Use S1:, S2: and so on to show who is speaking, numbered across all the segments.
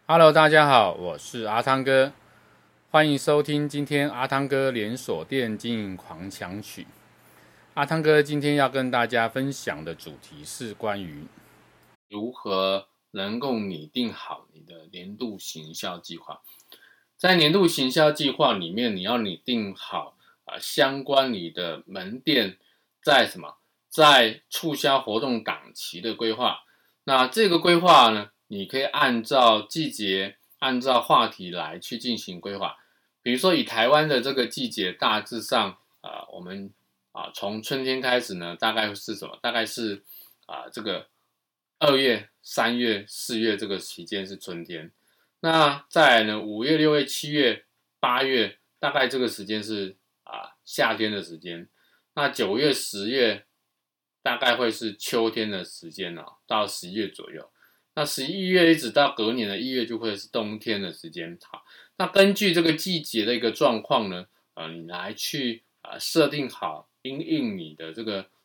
S1: Hello，大家好，我是阿汤哥，欢迎收听今天阿汤哥连锁店经营狂想曲。阿汤哥今天要跟大家分享的主题是关于如何能够拟定好你的年度行销计划。在年度行销计划里面，你要拟定好相关你的门店在促销活动档期的规划。那这个规划呢，你可以按照季节、按照话题来去进行规划。比如说以台湾的这个季节，大致上我们从春天开始呢，大概是什么？大概是这个2月、3月、4月这个期间是春天。那再来呢，5月、6月、7月、8月，大概这个时间是夏天的时间。那9月、10月大概会是秋天的时间到11月左右。那11月一直到隔年的1月就会是冬天的时间。好，那根据这个季节的一个状况呢，你来去设定好因应你的这个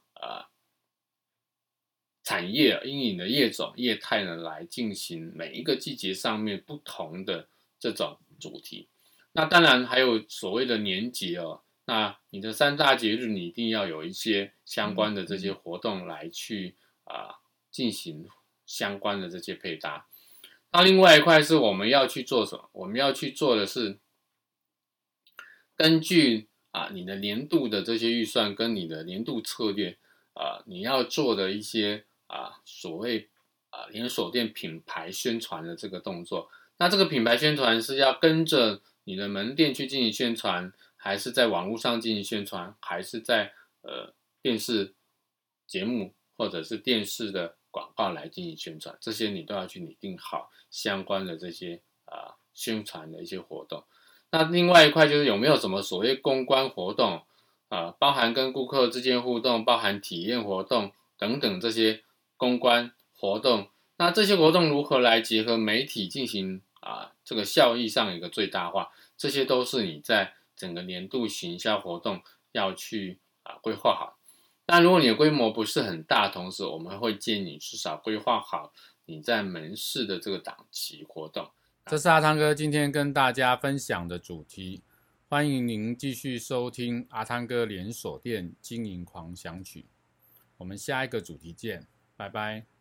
S1: 产业因应你的业种业态呢，来进行每一个季节上面不同的这种主题。那当然还有所谓的年节那你的3大节日你一定要有一些相关的这些活动来去进行相关的这些配搭。那另外一块是我们要去做什么？我们要去做的是根据你的年度的这些预算跟你的年度策略你要做的一些所谓连锁店品牌宣传的这个动作。那这个品牌宣传是要跟着你的门店去进行宣传，还是在网络上进行宣传，还是在电视节目或者是电视的广告来进行宣传？这些你都要去拟定好相关的这些宣传的一些活动。那另外一块就是有没有什么所谓公关活动包含跟顾客之间互动，包含体验活动等等这些公关活动。那这些活动如何来结合媒体进行这个效益上一个最大化？这些都是你在整个年度行销活动要去规划好。但如果你的规模不是很大，同时我们会建议你至少规划好你在门市的这个档期活动。这是阿汤哥今天跟大家分享的主题，欢迎您继续收听阿汤哥连锁店经营狂想曲。我们下一个主题见，拜拜。